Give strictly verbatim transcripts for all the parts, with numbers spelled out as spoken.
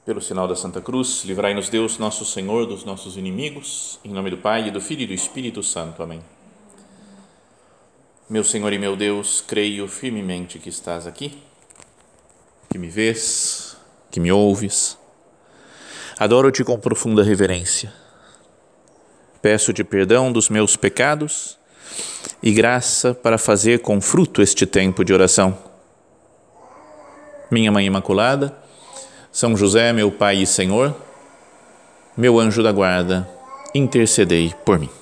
Pelo sinal da Santa Cruz, livrai-nos Deus, nosso Senhor, dos nossos inimigos, em nome do Pai, e do Filho e do Espírito Santo. Amém. Meu Senhor e meu Deus, creio firmemente que estás aqui, que me vês, que me ouves. Adoro-te com profunda reverência. Peço-te perdão dos meus pecados e graça para fazer com fruto este tempo de oração. Minha Mãe Imaculada, São José, meu Pai e Senhor, meu anjo da guarda, intercedei por mim.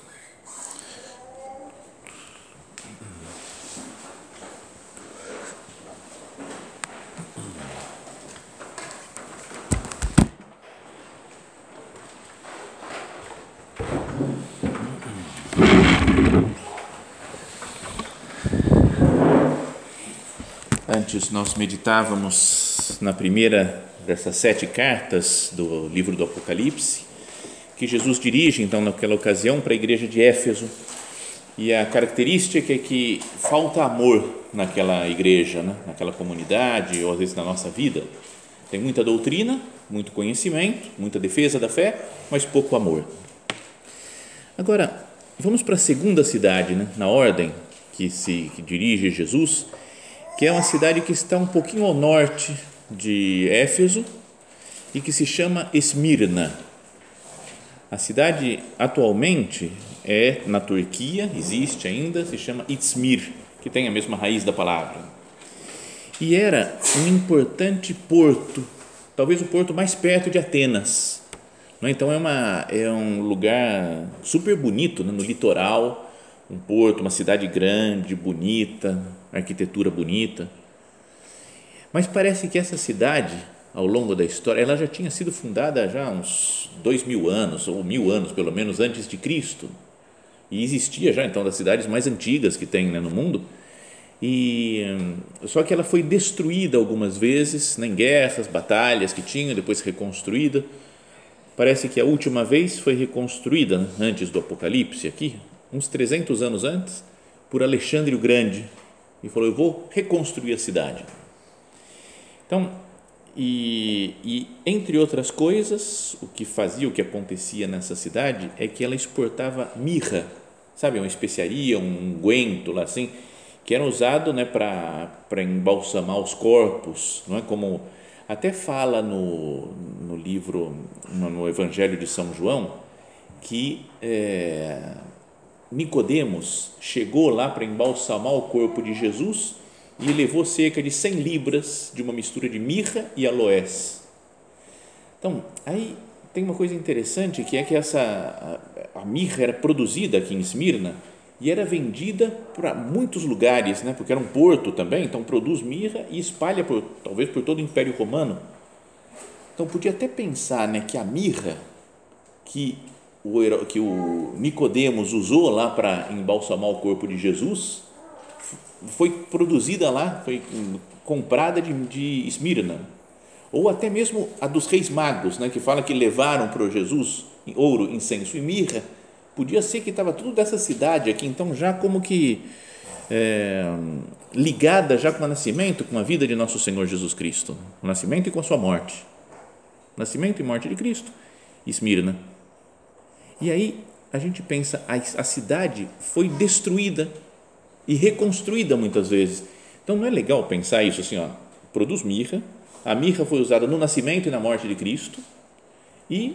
Antes nós meditávamos na primeira dessas sete cartas do livro do Apocalipse, que Jesus dirige então naquela ocasião para a igreja de Éfeso, e a característica é que falta amor naquela igreja, né? Naquela comunidade, ou às vezes na nossa vida. Tem muita doutrina, muito conhecimento, muita defesa da fé, mas pouco amor. Agora, vamos para a segunda cidade, né? Na ordem que se que dirige Jesus, que é uma cidade que está um pouquinho ao norte de Éfeso e que se chama Esmirna. A cidade atualmente é na Turquia, existe ainda, se chama Izmir, que tem a mesma raiz da palavra. E era um importante porto, talvez o porto mais perto de Atenas. Então é, uma, é um lugar super bonito, né? No litoral, um porto, uma cidade grande, bonita, arquitetura bonita. Mas parece que essa cidade, ao longo da história, ela já tinha sido fundada já há uns dois mil anos, ou mil anos pelo menos, antes de Cristo. E existia já, então, das cidades mais antigas que tem, né, no mundo. E, só que ela foi destruída algumas vezes, né, em guerras, batalhas que tinha, depois reconstruída. Parece que a última vez foi reconstruída, né, antes do Apocalipse, aqui, uns trezentos anos antes, por Alexandre o Grande. E falou, eu vou reconstruir a cidade. Então, e, e entre outras coisas, o que fazia, o que acontecia nessa cidade é que ela exportava mirra, sabe, uma especiaria, um unguento lá assim, que era usado, né, para embalsamar os corpos, não é? Como até fala no, no livro, no Evangelho de São João, que é, Nicodemos chegou lá para embalsamar o corpo de Jesus e levou cerca de cem libras de uma mistura de mirra e aloés. Então, aí tem uma coisa interessante, que é que essa, a, a mirra era produzida aqui em Esmirna e era vendida para muitos lugares, né? Porque era um porto também, então produz mirra e espalha por, talvez por todo o Império Romano. Então podia até pensar, né, que a mirra que o, que o Nicodemos usou lá para embalsamar o corpo de Jesus foi produzida lá, foi comprada de, de Esmirna, ou até mesmo a dos reis magos, né, que fala que levaram para Jesus ouro, incenso e mirra. Podia ser que estava tudo dessa cidade aqui, então já como que é, ligada já com o nascimento, com a vida de nosso Senhor Jesus Cristo, o nascimento e com a sua morte, nascimento e morte de Cristo, Esmirna. E aí a gente pensa, a, a cidade foi destruída e reconstruída muitas vezes. Então não é legal pensar isso assim, ó, produz mirra, a mirra foi usada no nascimento e na morte de Cristo, e,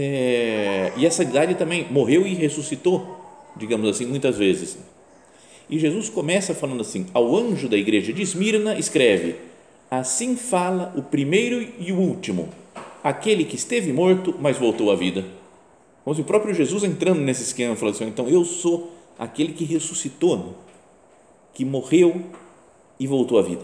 é, e essa cidade também morreu e ressuscitou, digamos assim, muitas vezes. E Jesus começa falando assim, ao anjo da igreja de Esmirna escreve, assim fala o primeiro e o último, aquele que esteve morto, mas voltou à vida. Como se o próprio Jesus entrando nesse esquema, falando assim, então eu sou aquele que ressuscitou, que morreu e voltou à vida.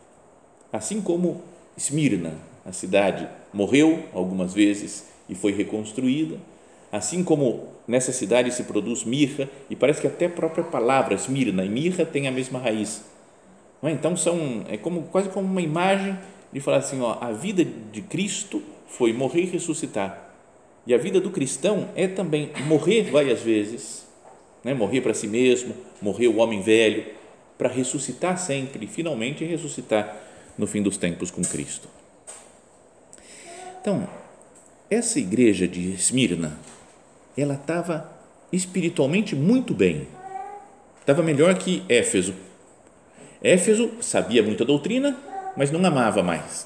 Assim como Esmirna, a cidade, morreu algumas vezes e foi reconstruída, assim como nessa cidade se produz mirra, e parece que até a própria palavra Esmirna e mirra tem a mesma raiz. Não é? Então são, é como, quase como uma imagem de falar assim, ó, a vida de Cristo foi morrer e ressuscitar. E a vida do cristão é também morrer várias vezes, né? Morrer para si mesmo, morrer o homem velho, para ressuscitar sempre, e finalmente ressuscitar no fim dos tempos com Cristo. Então, essa igreja de Esmirna, ela estava espiritualmente muito bem, estava melhor que Éfeso. Éfeso sabia muita doutrina, mas não amava mais.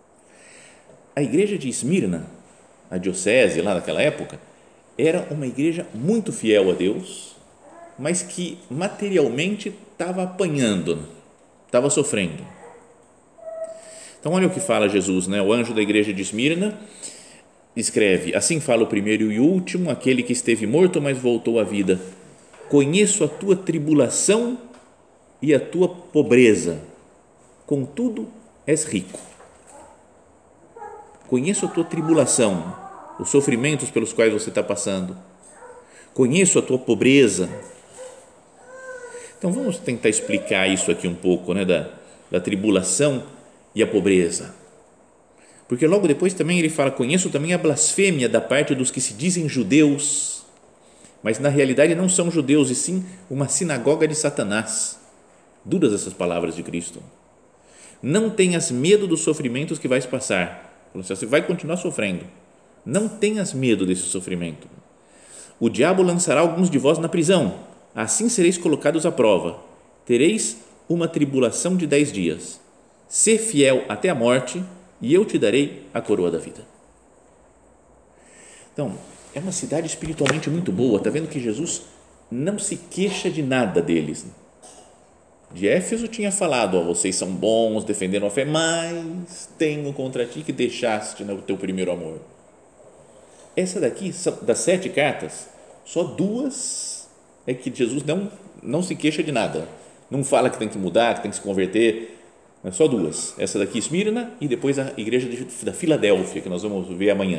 A igreja de Esmirna, a diocese lá naquela época, era uma igreja muito fiel a Deus, mas que materialmente estava apanhando, estava sofrendo. Então, olha o que fala Jesus, né? O anjo da igreja de Esmirna escreve: assim fala o primeiro e o último, aquele que esteve morto, mas voltou à vida. Conheço a tua tribulação e a tua pobreza, contudo és rico. Conheço a tua tribulação, os sofrimentos pelos quais você está passando. Conheço a tua pobreza. Então vamos tentar explicar isso aqui um pouco, né, da, da tribulação e a pobreza. Porque logo depois também ele fala: conheço também a blasfêmia da parte dos que se dizem judeus, mas na realidade não são judeus, e sim uma sinagoga de Satanás. Duras essas palavras de Cristo. Não tenhas medo dos sofrimentos que vais passar. Você vai continuar sofrendo. Não tenhas medo desse sofrimento. O diabo lançará alguns de vós na prisão. Assim sereis colocados à prova. Tereis uma tribulação de dez dias. Sê fiel até a morte, e eu te darei a coroa da vida. Então, é uma cidade espiritualmente muito boa. Está vendo que Jesus não se queixa de nada deles. De Éfeso tinha falado: ó, vocês são bons, defenderam a fé, mas tenho contra ti que deixaste o teu primeiro amor. Essa daqui, das sete cartas, só duas é que Jesus não, não se queixa de nada. Não fala que tem que mudar, que tem que se converter. É só duas. Essa daqui, Esmirna, e depois a igreja da Filadélfia, que nós vamos ver amanhã.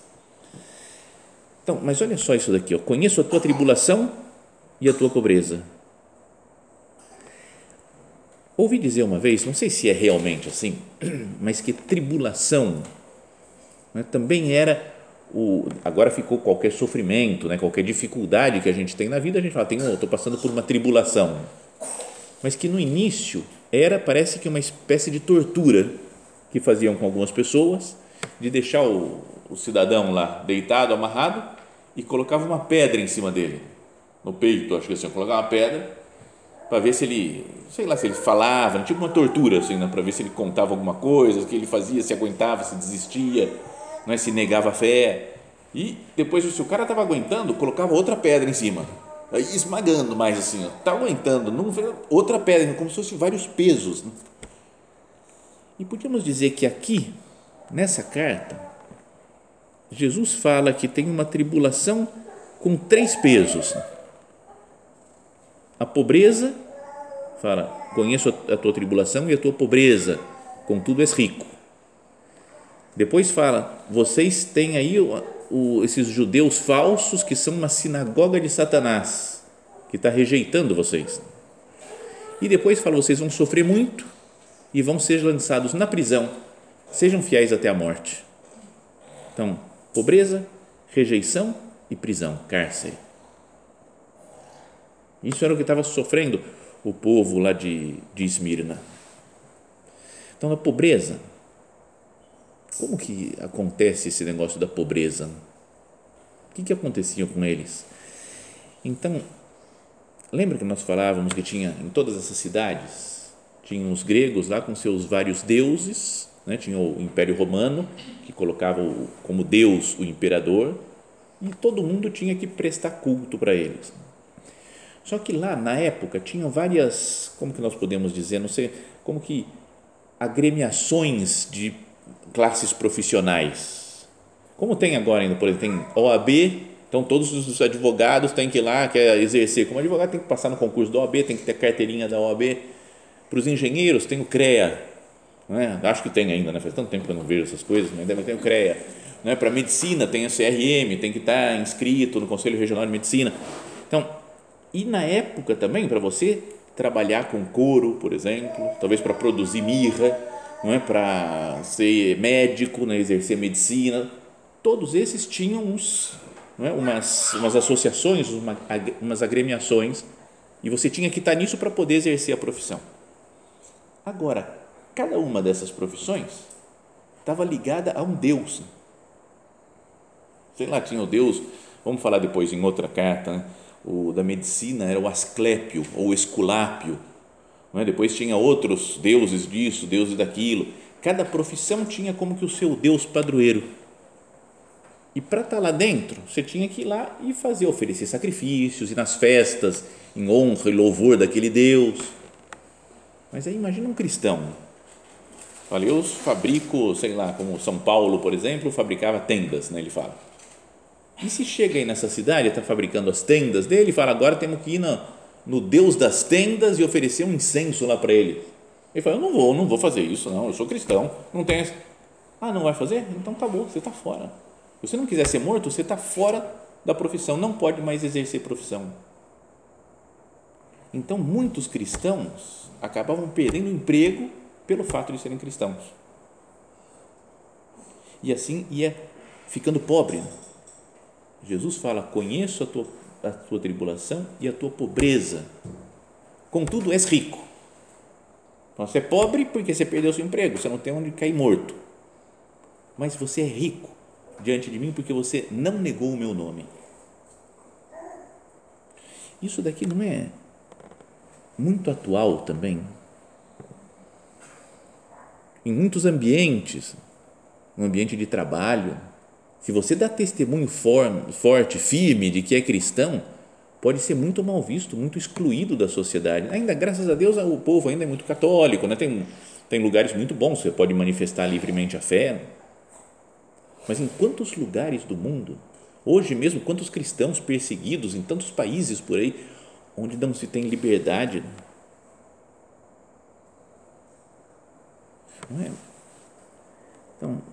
Então, mas olha só isso daqui, ó. Conheço a tua tribulação e a tua pobreza. Ouvi dizer uma vez, não sei se é realmente assim, mas que tribulação, né, também era o, agora ficou qualquer sofrimento, né, qualquer dificuldade que a gente tem na vida, a gente fala: estou passando por uma tribulação, mas que no início era, parece que uma espécie de tortura que faziam com algumas pessoas, de deixar o, o cidadão lá deitado, amarrado, e colocava uma pedra em cima dele, no peito, acho que assim, colocava uma pedra para ver se ele, sei lá, se ele falava, tipo uma tortura, assim, né, para ver se ele contava alguma coisa, o que ele fazia, se aguentava, se desistia, não é, se negava a fé. E depois, se o cara estava aguentando, colocava outra pedra em cima, aí esmagando mais assim, está aguentando, não, outra pedra, como se fossem vários pesos, né? E podíamos dizer que aqui, nessa carta, Jesus fala que tem uma tribulação com três pesos. A pobreza, fala: conheço a tua tribulação e a tua pobreza, contudo és rico. Depois fala: vocês têm aí o, o, esses judeus falsos que são uma sinagoga de Satanás, que está rejeitando vocês. E depois fala: vocês vão sofrer muito e vão ser lançados na prisão, sejam fiéis até a morte. Então, pobreza, rejeição e prisão, cárcere. Isso era o que estava sofrendo o povo lá de, de Esmirna. Então, a pobreza, como que acontece esse negócio da pobreza? O que, que acontecia com eles? Então, lembra que nós falávamos que tinha em todas essas cidades, tinham os gregos lá com seus vários deuses, né? Tinha o Império Romano, que colocava o, como deus o imperador, e todo mundo tinha que prestar culto para eles. Só que lá, na época, tinham várias, como que nós podemos dizer, não sei, como que agremiações de classes profissionais. Como tem agora ainda, por exemplo, tem O A B, então todos os advogados têm que ir lá, quer exercer como advogado, tem que passar no concurso da O A B, tem que ter carteirinha da O A B. Para os engenheiros, tem o CREA, não é? Acho que tem ainda, né? Faz tanto tempo que eu não vejo essas coisas, mas deve ter o CREA. Não é? Para a medicina, tem a C R M, tem que estar inscrito no Conselho Regional de Medicina. Então, e na época também, para você trabalhar com couro, por exemplo, talvez para produzir mirra, não é? Para ser médico, né? Exercer medicina, todos esses tinham uns, não é? umas, umas associações, uma, umas agremiações, e você tinha que estar nisso para poder exercer a profissão. Agora, cada uma dessas profissões estava ligada a um deus. sei lá, tinha o deus, vamos falar depois em outra carta, né? O da medicina era o Asclépio ou Esculápio, não é? Depois tinha outros deuses disso, deuses daquilo, cada profissão tinha como que o seu deus padroeiro, e para estar lá dentro você tinha que ir lá e fazer, oferecer sacrifícios, e nas festas em honra e louvor daquele deus. Mas aí imagina um cristão, olha, eu fabrico, sei lá, como São Paulo, por exemplo, fabricava tendas, né, ele fala, e se chega aí nessa cidade, está fabricando as tendas dele, e fala, agora temos que ir no, no Deus das tendas e oferecer um incenso lá para ele. Ele fala, eu não vou, não vou fazer isso, não, eu sou cristão, não tem esse. Ah, não vai fazer? Então acabou, você está fora. Se você não quiser ser morto, você está fora da profissão, não pode mais exercer profissão. Então, muitos cristãos acabavam perdendo o emprego pelo fato de serem cristãos. E assim ia ficando pobre. Jesus fala, conheço a tua, a tua tribulação e a tua pobreza, contudo és rico. Então, você é pobre porque você perdeu seu emprego, você não tem onde cair morto, mas você é rico diante de mim porque você não negou o meu nome. Isso daqui não é muito atual também? Em muitos ambientes, no ambiente de trabalho, se você dá testemunho forte, firme de que é cristão, pode ser muito mal visto, muito excluído da sociedade. Ainda, graças a Deus, o povo ainda é muito católico, né? tem, tem lugares muito bons, você pode manifestar livremente a fé. Mas em quantos lugares do mundo, hoje mesmo, quantos cristãos perseguidos em tantos países por aí, onde não se tem liberdade? Não é? Então,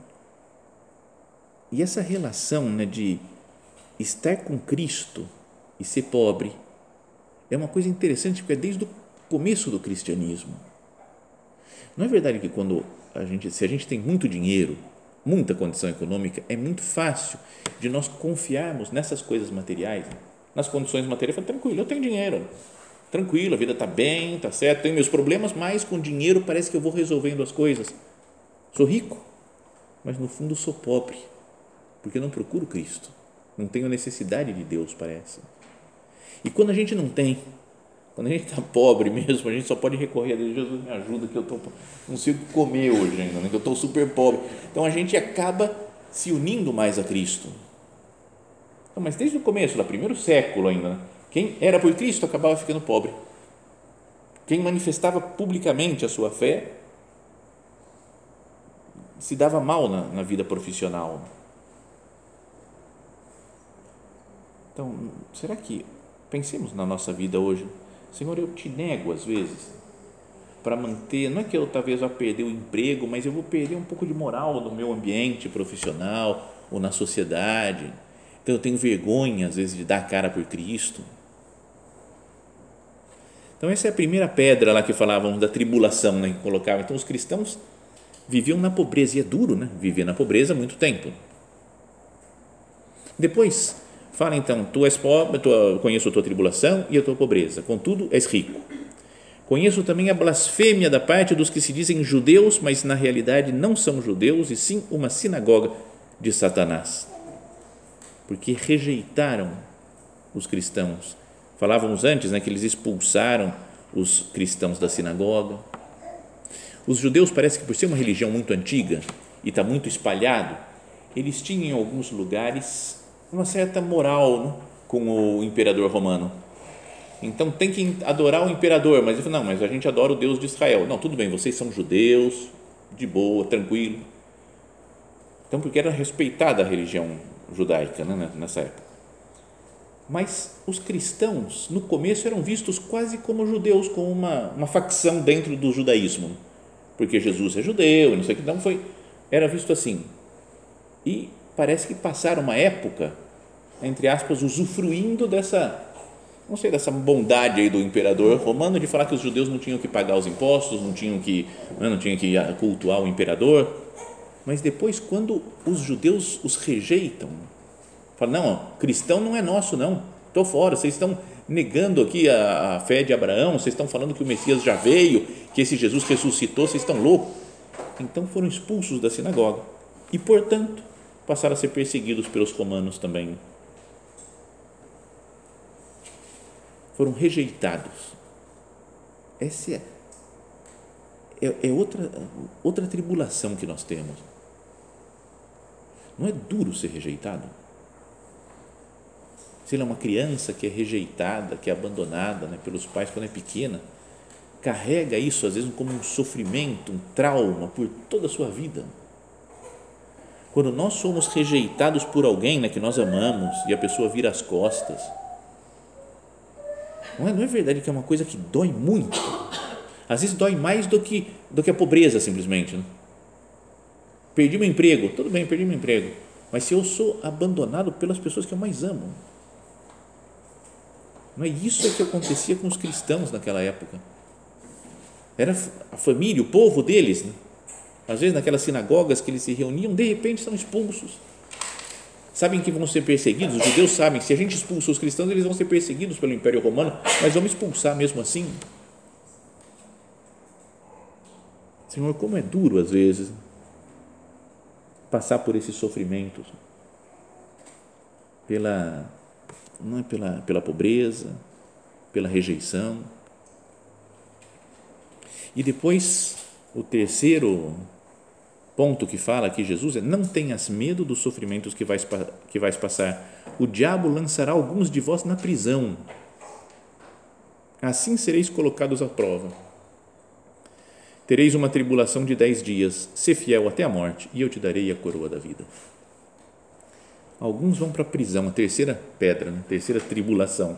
e essa relação, né, de estar com Cristo e ser pobre é uma coisa interessante, porque é desde o começo do cristianismo. Não é verdade que quando a gente, se a gente tem muito dinheiro, muita condição econômica, é muito fácil de nós confiarmos nessas coisas materiais, né? Nas condições materiais, falo, tranquilo, eu tenho dinheiro, tranquilo, a vida está bem, está certo, tenho meus problemas, mas com dinheiro parece que eu vou resolvendo as coisas. Sou rico, mas no fundo sou pobre, porque eu não procuro Cristo, não tenho necessidade de Deus, parece. E quando a gente não tem, quando a gente está pobre mesmo, a gente só pode recorrer a Deus, Jesus me ajuda que eu tô, não consigo comer hoje ainda, né? Que eu estou super pobre. Então a gente acaba se unindo mais a Cristo. Então, mas desde o começo, lá, primeiro século ainda, né? Quem era por Cristo acabava ficando pobre. Quem manifestava publicamente a sua fé se dava mal na, na vida profissional. Então, será que, pensemos na nossa vida hoje, Senhor, eu te nego às vezes para manter, não é que eu talvez vá perder o emprego, mas eu vou perder um pouco de moral no meu ambiente profissional ou na sociedade, então eu tenho vergonha às vezes de dar a cara por Cristo. Então essa é a primeira pedra lá que falavam da tribulação, né, que colocavam. Então os cristãos viviam na pobreza, e é duro, né, viver na pobreza há muito tempo. Depois fala então, tu és pobre, tu, conheço a tua tribulação e a tua pobreza, contudo és rico. Conheço também a blasfêmia da parte dos que se dizem judeus, mas na realidade não são judeus, e sim uma sinagoga de Satanás, porque rejeitaram os cristãos. Falávamos antes, né, que eles expulsaram os cristãos da sinagoga. Os judeus, parece que por ser uma religião muito antiga e está muito espalhado, eles tinham em alguns lugares uma certa moral, né, com o imperador romano. Então tem que adorar o imperador, mas ele falou, não, mas a gente adora o Deus de Israel. Não, tudo bem, vocês são judeus, de boa, tranquilo. Então, porque era respeitada a religião judaica, né, nessa época. Mas os cristãos, no começo, eram vistos quase como judeus, como uma, uma facção dentro do judaísmo, porque Jesus é judeu, não sei o que, então foi, era visto assim. E parece que passaram uma época, entre aspas, usufruindo dessa, não sei, dessa bondade aí do imperador romano de falar que os judeus não tinham que pagar os impostos, não tinham que, não tinham que cultuar o imperador. Mas depois, quando os judeus os rejeitam, falam, não, ó, cristão não é nosso, não, estou fora, vocês estão negando aqui a, a fé de Abraão, vocês estão falando que o Messias já veio, que esse Jesus ressuscitou, vocês estão loucos. Então foram expulsos da sinagoga e, portanto, passaram a ser perseguidos pelos romanos também. Foram rejeitados. Essa é, é, é outra, outra tribulação que nós temos. Não é duro ser rejeitado? Se ela é uma criança que é rejeitada, que é abandonada, né, pelos pais quando é pequena, carrega isso às vezes como um sofrimento, um trauma por toda a sua vida. Quando nós somos rejeitados por alguém, né, que nós amamos e a pessoa vira as costas, não é, não é verdade que é uma coisa que dói muito? Às vezes dói mais do que, do que a pobreza simplesmente, né? Perdi meu emprego, tudo bem, perdi meu emprego, mas se eu sou abandonado pelas pessoas que eu mais amo, não é isso que acontecia com os cristãos naquela época? Era a família, o povo deles, né? Às vezes naquelas sinagogas que eles se reuniam, de repente são expulsos. Sabem que vão ser perseguidos, os judeus sabem, se a gente expulsa os cristãos, eles vão ser perseguidos pelo Império Romano, mas vamos expulsar mesmo assim. Senhor, como é duro às vezes passar por esses sofrimentos, pela, não é pela, pela pobreza, pela rejeição. E depois, o terceiro ponto que fala aqui Jesus é: não tenhas medo dos sofrimentos que vais, que vais passar, o diabo lançará alguns de vós na prisão, assim sereis colocados à prova, tereis uma tribulação de dez dias, sê fiel até a morte e eu te darei a coroa da vida. Alguns vão para a prisão, a terceira pedra, né? A terceira tribulação.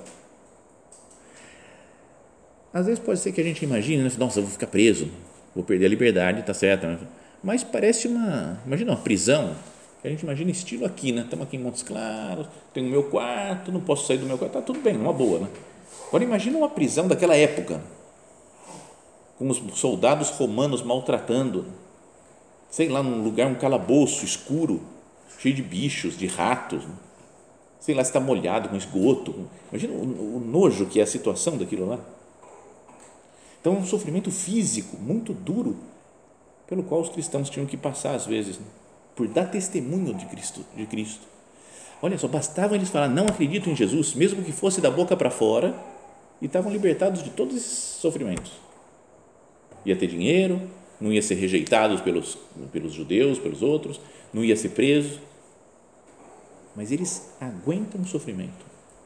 Às vezes pode ser que a gente imagine, né? Nossa, eu vou ficar preso, vou perder a liberdade, tá certo, né? Mas parece uma, imagina uma prisão, que a gente imagina estilo aqui, né? Estamos aqui em Montes Claros, tenho o meu quarto, não posso sair do meu quarto, tá tudo bem, uma boa, né? Agora imagina uma prisão daquela época, com os soldados romanos maltratando, sei lá, num lugar, um calabouço escuro, cheio de bichos, de ratos, né? Sei lá se está molhado com esgoto, imagina o, o nojo que é a situação daquilo lá. Então é um sofrimento físico muito duro, pelo qual os cristãos tinham que passar às vezes, né? Por dar testemunho de Cristo, de Cristo. Olha só, bastava eles falar, não acredito em Jesus, mesmo que fosse da boca para fora, e estavam libertados de todos esses sofrimentos. Ia ter dinheiro, não ia ser rejeitados pelos, pelos judeus, pelos outros, não ia ser preso, mas eles aguentam o sofrimento.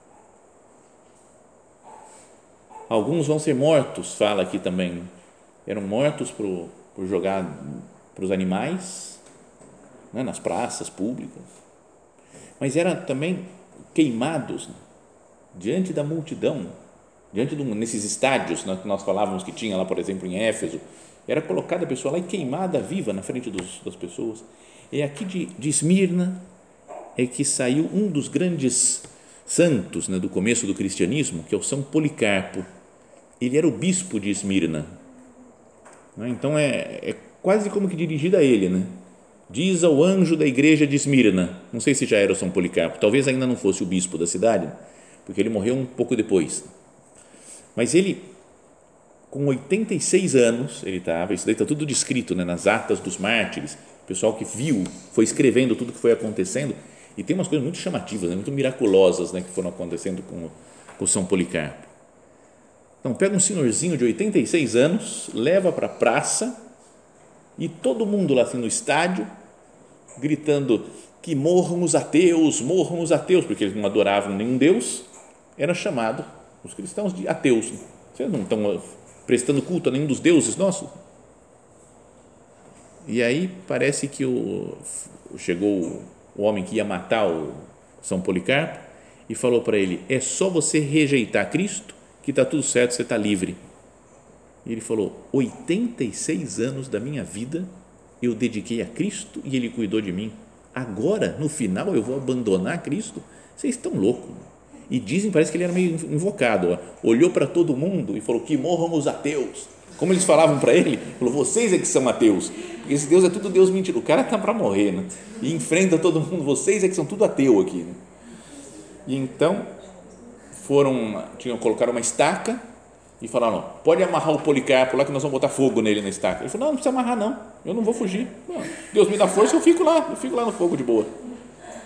Alguns vão ser mortos, fala aqui também, eram mortos por, por jogar para os animais, né, nas praças públicas, mas eram também queimados, né, diante da multidão, diante de um, nesses estádios, né, que nós falávamos que tinha lá, por exemplo, em Éfeso, era colocada a pessoa lá e queimada viva na frente dos, das pessoas. É aqui de, de Esmirna é que saiu um dos grandes santos, né, do começo do cristianismo, que é o São Policarpo. Ele era o bispo de Esmirna, né? Então é, é quase como que dirigido a ele, né? Diz ao anjo da igreja de Esmirna, não sei se já era o São Policarpo, talvez ainda não fosse o bispo da cidade, porque ele morreu um pouco depois, mas ele com oitenta e seis anos, ele estava, isso daí está tudo descrito, né, nas atas dos mártires, o pessoal que viu, foi escrevendo tudo que foi acontecendo, e tem umas coisas muito chamativas, né, muito miraculosas, né, que foram acontecendo com o, com o São Policarpo. Então pega um senhorzinho de oitenta e seis anos, leva para a praça e todo mundo lá assim no estádio gritando que morram os ateus, morram os ateus, porque eles não adoravam nenhum Deus, era chamado os cristãos de ateus. Vocês não estão prestando culto a nenhum dos deuses nossos? E aí parece que o, chegou o homem que ia matar o São Policarpo e falou para ele, é só você rejeitar Cristo que está tudo certo, você está livre. E ele falou, oitenta e seis anos da minha vida eu dediquei a Cristo e Ele cuidou de mim, agora no final eu vou abandonar Cristo? Vocês estão loucos. E dizem, parece que ele era meio invocado, ó. Olhou para todo mundo e falou, que morram os ateus. Como eles falavam para ele, falou, vocês é que são ateus, porque esse Deus é tudo Deus mentira, o cara está para morrer, né? E enfrenta todo mundo, vocês é que são tudo ateu aqui, né? E então foram, tinham colocaram uma estaca e falaram, pode amarrar o Policarpo lá que nós vamos botar fogo nele na estaca. Ele falou, não, não precisa amarrar não, eu não vou fugir, não, Deus me dá força, eu fico lá, eu fico lá no fogo de boa.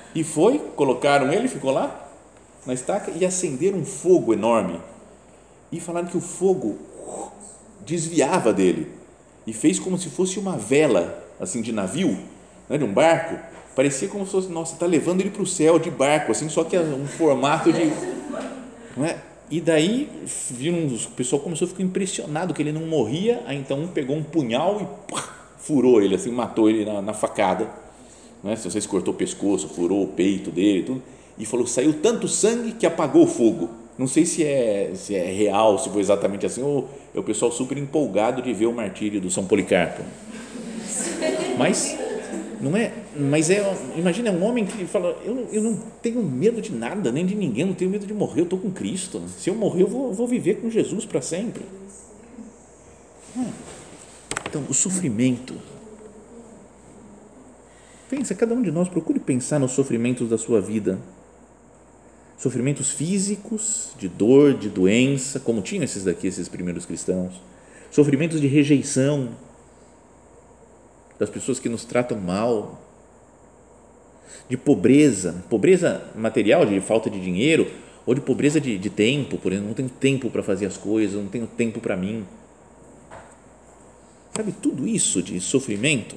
E foi, colocaram ele, ficou lá na estaca e acenderam um fogo enorme. E falaram que o fogo desviava dele e fez como se fosse uma vela assim de navio, né, de um barco. Parecia como se fosse, nossa, está levando ele para o céu de barco, assim, só que é um formato de, não é? E daí viram, o pessoal começou a ficar impressionado que ele não morria. Aí então um pegou um punhal e pá, furou ele, assim, matou ele na, na facada, não é? Se vocês cortou o pescoço, furou o peito dele, tudo, e falou, saiu tanto sangue que apagou o fogo. Não sei se é, se é real, se foi exatamente assim, ou é o pessoal super empolgado de ver o martírio do São Policarpo. Mas não é, mas é, imagina um homem que fala, eu, eu não tenho medo de nada, nem de ninguém, não tenho medo de morrer, eu estou com Cristo, se eu morrer eu vou, vou viver com Jesus para sempre. Então o sofrimento, pensa, cada um de nós procure pensar nos sofrimentos da sua vida, sofrimentos físicos, de dor, de doença, como tinham esses daqui, esses primeiros cristãos, sofrimentos de rejeição das pessoas que nos tratam mal, de pobreza, pobreza material, de falta de dinheiro, ou de pobreza de, de tempo, por exemplo, não tenho tempo para fazer as coisas, não tenho tempo para mim, sabe, tudo isso de sofrimento.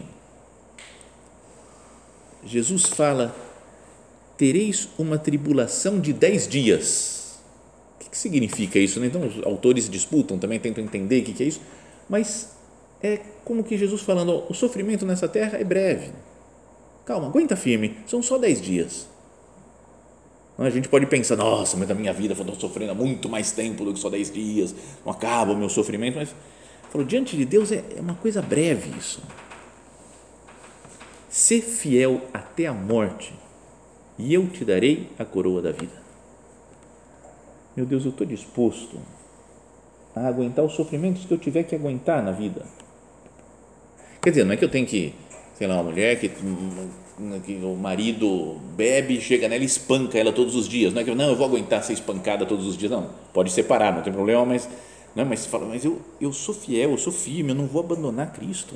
Jesus fala, tereis uma tribulação de dez dias. O que, que significa isso, né? Então os autores disputam, também tentam entender o que, que é isso, mas é como que Jesus falando, ó, o sofrimento nessa terra é breve, calma, aguenta firme, são só dez dias. A gente pode pensar, nossa, mas a minha vida eu estou sofrendo há muito mais tempo do que só dez dias, não acaba o meu sofrimento, mas falou, diante de Deus é uma coisa breve isso. Ser fiel até a morte e eu te darei a coroa da vida. Meu Deus, eu estou disposto a aguentar os sofrimentos que eu tiver que aguentar na vida. Quer dizer, não é que eu tenho que, sei lá, uma mulher que, que o marido bebe, chega nela e espanca ela todos os dias, não é que eu, não, eu vou aguentar ser espancada todos os dias, não, pode separar, não tem problema, mas, não, mas você fala, mas eu, eu sou fiel, eu sou firme, eu não vou abandonar Cristo.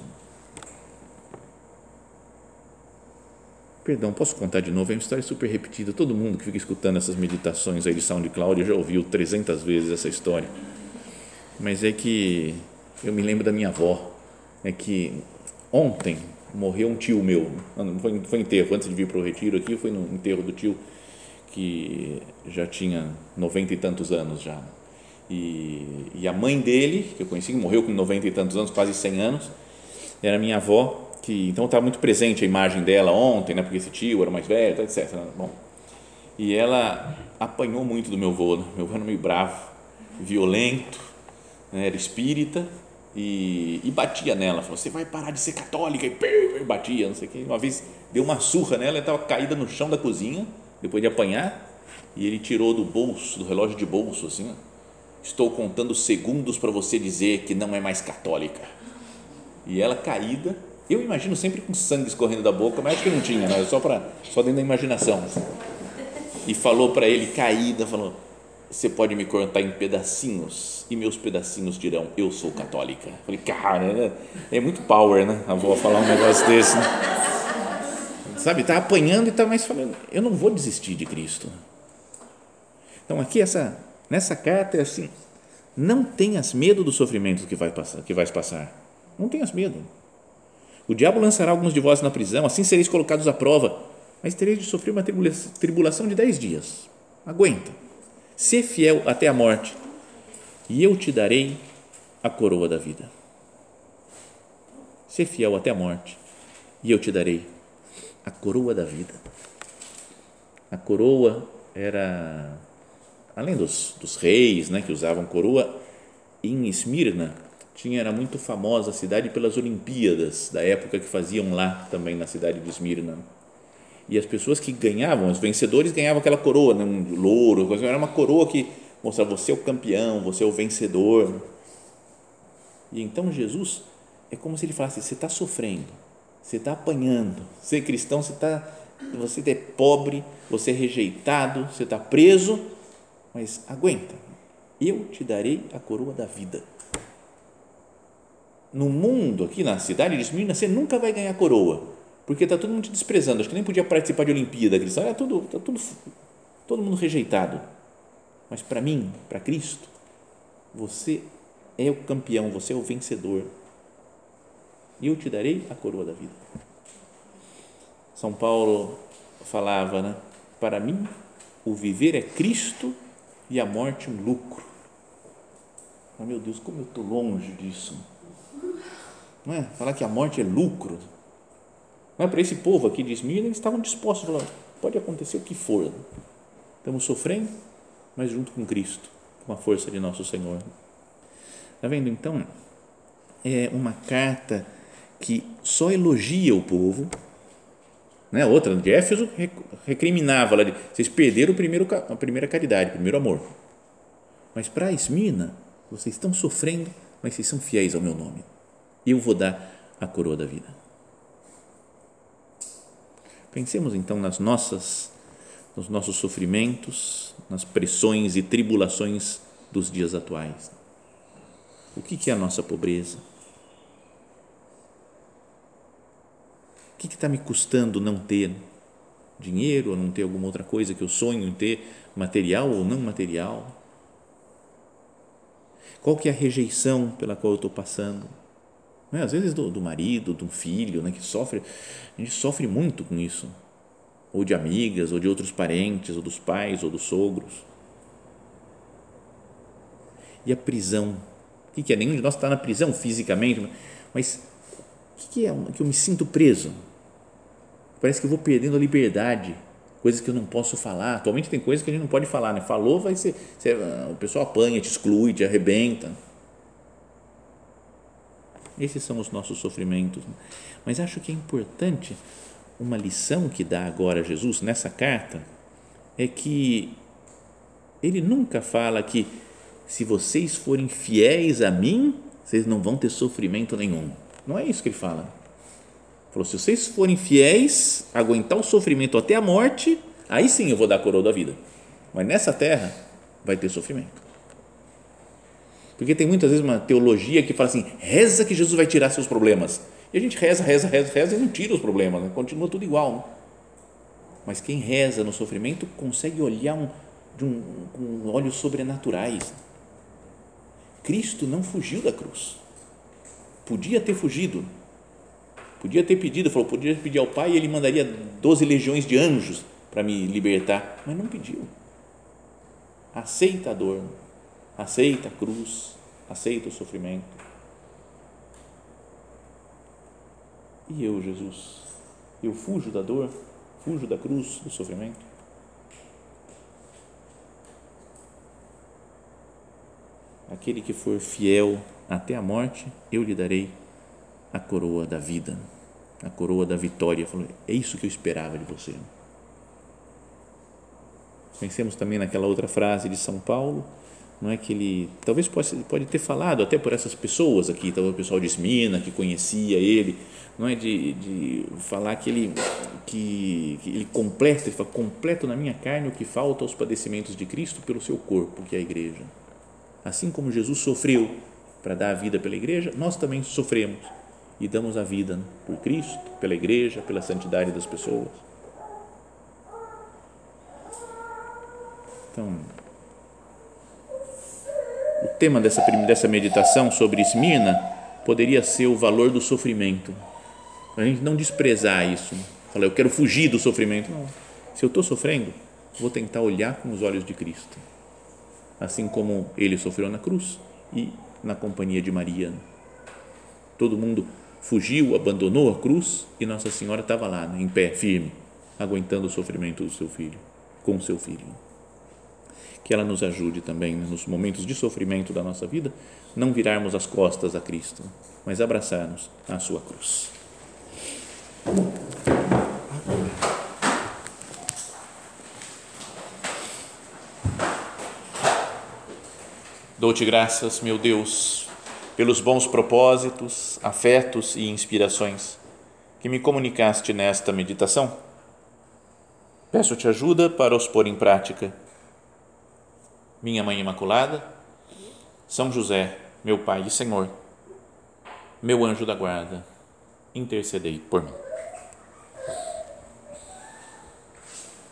Perdão, posso contar de novo? É uma história super repetida. Todo mundo que fica escutando essas meditações aí de SoundCloud já ouviu trezentas vezes essa história. Mas é que eu me lembro da minha avó. É que ontem morreu um tio meu. Não foi, foi enterro. Antes de vir para o retiro aqui, foi no enterro do tio que já tinha noventa e tantos anos já. E, e a mãe dele, que eu conheci, que morreu com noventa e tantos anos, quase cem anos, era minha avó. Que, então estava muito presente a imagem dela ontem, né, porque esse tio era mais velho, etcétera. Bom, e ela apanhou muito do meu avô, né? Meu avô era meio bravo, violento, né, era espírita e, e batia nela, falou, você vai parar de ser católica, e batia, não sei o que. Uma vez deu uma surra nela, ela estava caída no chão da cozinha, depois de apanhar, e ele tirou do bolso, do relógio de bolso, assim, estou contando segundos para você dizer que não é mais católica. E ela caída, eu imagino sempre com sangue escorrendo da boca, mas acho que não tinha, né? só, pra, só dentro da imaginação. E falou para ele, caída, falou, você pode me cortar em pedacinhos e meus pedacinhos dirão, eu sou católica. Eu falei, cara, é muito power, né? A avó falar um negócio desse, né? Sabe, está apanhando e está mais falando, eu não vou desistir de Cristo. Então aqui, essa, nessa carta é assim, não tenhas medo do sofrimento que, vai passar, que vais passar, não tenhas medo. O diabo lançará alguns de vós na prisão, assim sereis colocados à prova, mas tereis de sofrer uma tribulação de dez dias. Aguenta. Sê fiel até a morte, e eu te darei a coroa da vida. Sê fiel até a morte, e eu te darei a coroa da vida. A coroa era, além dos, dos reis, né, que usavam coroa, em Esmirna, tinha, era muito famosa a cidade pelas Olimpíadas da época que faziam lá também na cidade de Esmirna, e as pessoas que ganhavam, os vencedores ganhavam aquela coroa, né, um louro, era uma coroa que mostrava, você é o campeão, você é o vencedor. E então Jesus é como se ele falasse, você está sofrendo, você está apanhando, ser cristão, você, tá, você é pobre, você é rejeitado, você está preso, mas aguenta, eu te darei a coroa da vida. No mundo, aqui na cidade de Esmirna, você nunca vai ganhar coroa, porque está todo mundo te desprezando, acho que nem podia participar de Olimpíada cristã, era tudo, tá tudo, todo mundo rejeitado, mas para mim, para Cristo, você é o campeão, você é o vencedor, e eu te darei a coroa da vida. São Paulo falava, né? Para mim, o viver é Cristo e a morte um lucro. Oh, meu Deus, como eu estou longe disso. Não é? Falar que a morte é lucro. Não é? Para esse povo aqui de Esmirna, eles estavam dispostos a falar, pode acontecer o que for. Estamos sofrendo, mas junto com Cristo, com a força de nosso Senhor. Está vendo? Então, é uma carta que só elogia o povo, né? Outra de Éfeso recriminava, de, vocês perderam o primeiro, a primeira caridade, o primeiro amor, mas para Esmirna, vocês estão sofrendo, mas vocês são fiéis ao meu nome, e eu vou dar a coroa da vida. Pensemos então nas nossas, nos nossos sofrimentos, nas pressões e tribulações dos dias atuais. O que é a nossa pobreza? O que está me custando não ter dinheiro, ou não ter alguma outra coisa que eu sonho em ter, material ou não material? Qual que é a rejeição pela qual eu estou passando? Não é? Às vezes do, do marido, do filho, né, que sofre, a gente sofre muito com isso, ou de amigas, ou de outros parentes, ou dos pais, ou dos sogros. E a prisão? O que é? Nenhum de nós está na prisão fisicamente, mas o que é que eu me sinto preso? Parece que eu vou perdendo a liberdade, coisas que eu não posso falar. Atualmente tem coisas que a gente não pode falar, né? Falou, vai ser, você, o pessoal apanha, te exclui, te arrebenta. Esses são os nossos sofrimentos. Mas acho que é importante, uma lição que dá agora Jesus nessa carta, é que ele nunca fala que se vocês forem fiéis a mim, vocês não vão ter sofrimento nenhum. Não é isso que ele fala. Falou, se vocês forem fiéis, aguentar o sofrimento até a morte, aí sim eu vou dar a coroa da vida. Mas nessa terra vai ter sofrimento. Porque tem muitas vezes uma teologia que fala assim, reza que Jesus vai tirar seus problemas. E a gente reza, reza, reza, reza e não tira os problemas, né? Continua tudo igual. Né? Mas quem reza no sofrimento consegue olhar um, de um, com olhos sobrenaturais. Cristo não fugiu da cruz. Podia ter fugido. Podia ter pedido, falou, podia pedir ao Pai e ele mandaria doze legiões de anjos para me libertar, mas não pediu. Aceita a dor, aceita a cruz, aceita o sofrimento. E eu, Jesus, eu fujo da dor, fujo da cruz, do sofrimento? Aquele que for fiel até a morte, eu lhe darei a coroa da vida, a coroa da vitória. Falou, é isso que eu esperava de você. Pensemos também naquela outra frase de São Paulo, não é que ele, talvez pode, pode ter falado até por essas pessoas aqui, talvez o pessoal de Esmirna que conhecia ele, não é de, de falar que ele, que, que ele completa, ele fala, completo na minha carne o que falta aos padecimentos de Cristo pelo seu corpo, que é a igreja. Assim como Jesus sofreu para dar a vida pela igreja, nós também sofremos e damos a vida, né, por Cristo, pela igreja, pela santidade das pessoas. Então, o tema dessa, dessa meditação sobre Esmirna poderia ser o valor do sofrimento. A gente não desprezar isso. Falar, eu quero fugir do sofrimento. Não. Se eu estou sofrendo, vou tentar olhar com os olhos de Cristo. Assim como ele sofreu na cruz e na companhia de Maria. Todo mundo fugiu, abandonou a cruz e Nossa Senhora estava lá, né, em pé, firme, aguentando o sofrimento do seu filho, com o seu filho. Que ela nos ajude também, né, nos momentos de sofrimento da nossa vida, não virarmos as costas a Cristo, mas abraçar-nos à sua cruz. Dou-te graças, meu Deus, pelos bons propósitos, afetos e inspirações que me comunicaste nesta meditação. Peço-te ajuda para os pôr em prática. Minha Mãe Imaculada, São José, meu Pai e Senhor, meu anjo da guarda, intercedei por mim.